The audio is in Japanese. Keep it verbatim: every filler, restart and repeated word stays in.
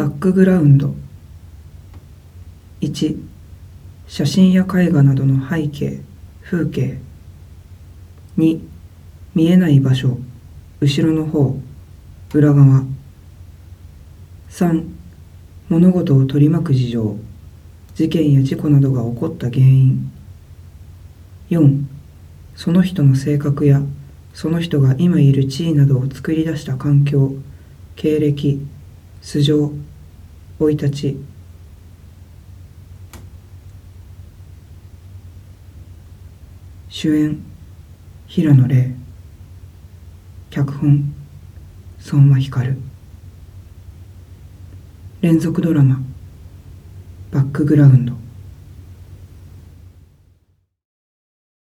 バックグラウンド。いち、写真や絵画などの背景、風景。に、見えない場所、後ろの方、裏側。さん、物事を取り巻く事情、事件や事故などが起こった原因。よん、その人の性格やその人が今いる地位などを作り出した環境、経歴、素性、生い立ち。主演、平野レイ。脚本、相馬光。連続ドラマ、バックグラウンド。